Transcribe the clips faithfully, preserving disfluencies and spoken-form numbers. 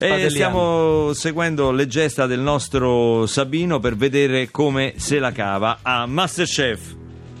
E stiamo seguendo le gesta del nostro Sabino per vedere come se la cava a Masterchef.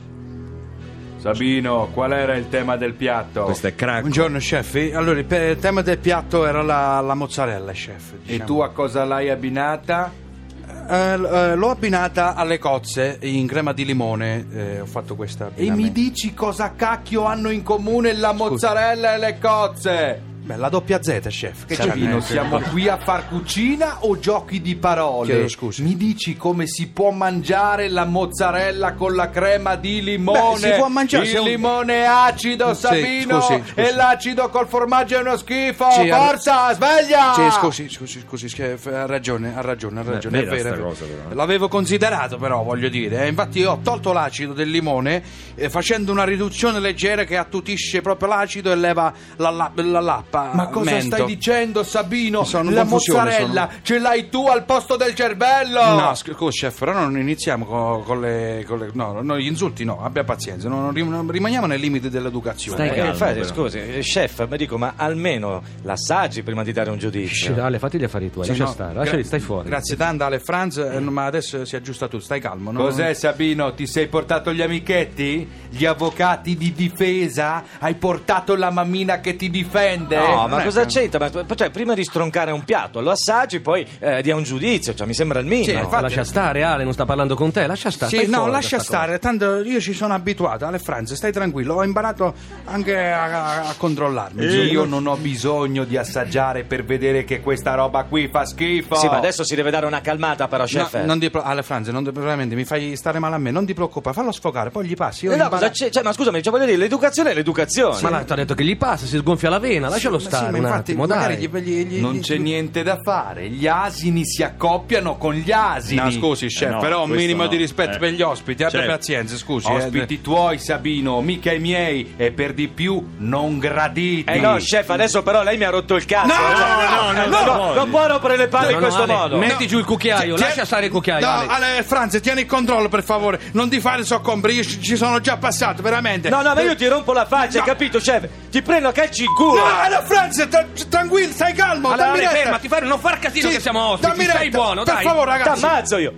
Sabino, qual era il tema del piatto? Questo è Cracco. Buongiorno chef, allora il, pe- il tema del piatto era la, la mozzarella, chef, diciamo. E tu a cosa l'hai abbinata? Eh, l- eh, l'ho abbinata alle cozze in crema di limone, eh, ho fatto questa E abbinamento. mi dici cosa cacchio hanno in comune la mozzarella e le cozze? Beh, la doppia Z, chef. Che Sabino, c'è? siamo qui a far cucina o giochi di parole? Chiedo scusa. Mi dici come si può mangiare la mozzarella con la crema di limone? Beh, si può mangiare, Il se un- limone è acido, Sì, Sabino, scusi, scusi. e l'acido col formaggio è uno schifo. Sì, ha- Forza, sveglia! Sì, scusi, scusi, scusi, chef, ha ragione, ha ragione, ha ragione, Beh, è vera vero. sta è vero. cosa, però. L'avevo considerato però, voglio dire. Eh, Infatti io ho tolto l'acido del limone eh, facendo una riduzione leggera che attutisce proprio l'acido e leva la, la, la lappa. Ma cosa mento. stai dicendo, Sabino? Sono in La confusione, mozzarella sono- ce l'hai tu al posto del cervello? No, sc- scusi, chef, però non iniziamo co- con, le, con le. No, no, gli insulti no, abbia pazienza, non, non rim- non- rimaniamo nei limiti dell'educazione. Stai Eh, calmo, infatti, però. Scusi, eh, chef, ma dico, ma almeno l'assaggi prima di dare un giudizio. Ale, fatti gli affari tuoi, Sì, lascia no, stare, lasciali, gra- stai fuori. Grazie tanto Ale e Franz, eh, ma adesso si aggiusta tutto, stai calmo. no? Cos'è, Sabino? Ti sei portato gli amichetti? Gli avvocati di difesa? Hai portato la mammina che ti difende? No, ma non è cosa che- c'entra? Ma, cioè, prima di stroncare un piatto, lo assaggi, poi eh, dia un giudizio, cioè, mi sembra il minimo. Sì, No, infatti- lascia stare, Ale, non sta parlando con te, lascia stare. Sì, stai no, fuori da lascia sta cosa. stare, tanto io ci sono abituato, Ale Franz, stai tranquillo, ho imparato anche a, a- a controllarmi. Io non ho bisogno di assaggiare per vedere che questa roba qui fa schifo. Sì, ma adesso si deve dare una calmata, però, No, chef. non ti pro- Ale Franz, non ti- veramente mi fai stare male a me, non ti preoccupare, fallo sfogare, poi gli passi. Io Eh, no, impara- cosa c'è? Cioè, ma scusami, cioè, voglio dire, l'educazione è l'educazione. Ma là, ti ha detto che gli passa, si sgonfia la vena, lascialo Sì, stare ma un infatti, attimo, magari dai. gli- gli- gli- Non gli- c'è niente da fare. Gli asini si accoppiano con gli asini. No, scusi, chef, Eh, no, però un questo minimo no. di rispetto Eh. per gli ospiti, abbia Chef. pazienza, scusi. eh. Ospiti tuoi, Sabino, mica i miei, e per di più non graditi. Eh no, chef, adesso però lei mi ha rotto il cazzo. No, Cioè, no, no, no, no, non può rompere le palle No, in no, questo Ale, modo. metti giù il cucchiaio, Ti- lascia stare il cucchiaio, No, Ale. Ale Franz, tieni il controllo per favore, non ti fare soccombere, io ci ci sono già passato, veramente. No, no, ma io ti rompo la faccia, No. hai capito, chef? Ti prendo a calci in culo. No, Ale Franz, tra- tranquillo, stai calmo, Ale, dammi Ale, retta. fermati, fermati, non far casino Sì, che siamo ospiti, dammi stai retta, buono, per dai. favore, ragazzi. T'ammazzo io.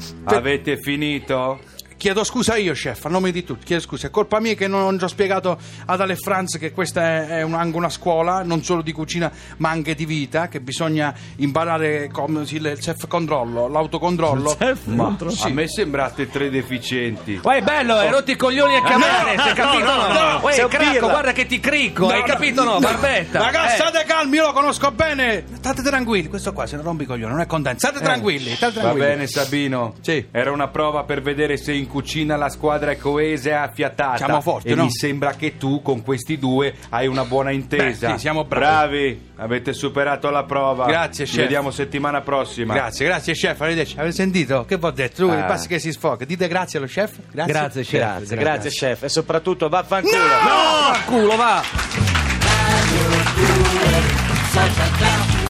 Avete finito? Chiedo scusa io, chef, a nome di tutti, chiedo scusa, è colpa mia che non ci ho spiegato ad Ale Franz che questa è, è un- anche una scuola, non solo di cucina, ma anche di vita, che bisogna imparare come si- il self-controllo, l'autocontrollo. Ma Sì. a me sembrate tre deficienti. Uè, bello, hai rotto i coglioni a chiamare, no, hai capito no, no? no, no, Uè, sei un cracco, pirla. guarda che ti cricco, No, hai no, capito no? no. Barbetta. Ragazzi, Eh. state calmi, io lo conosco bene. State tranquilli, questo qua se ne rompe i coglioni, non è contento. State tranquilli, state Va tranquilli. bene, Sabino. Sì. Era una prova per vedere se in cucina la squadra è coesa e affiatata. Siamo forti, e no? mi sembra che tu con questi due hai una buona intesa. Beh, sì, siamo bravi. Avete superato la prova. Grazie, Ci chef. vediamo settimana prossima. Grazie, grazie chef, arrivederci. Avete sentito? Che vi ho detto? Lui Ah. basta che si sfoga. Dite grazie allo chef? Grazie. Grazie, chef. Grazie, grazie, chef. E soprattutto vaffanculo. No, culo, va. Radio due Social Club.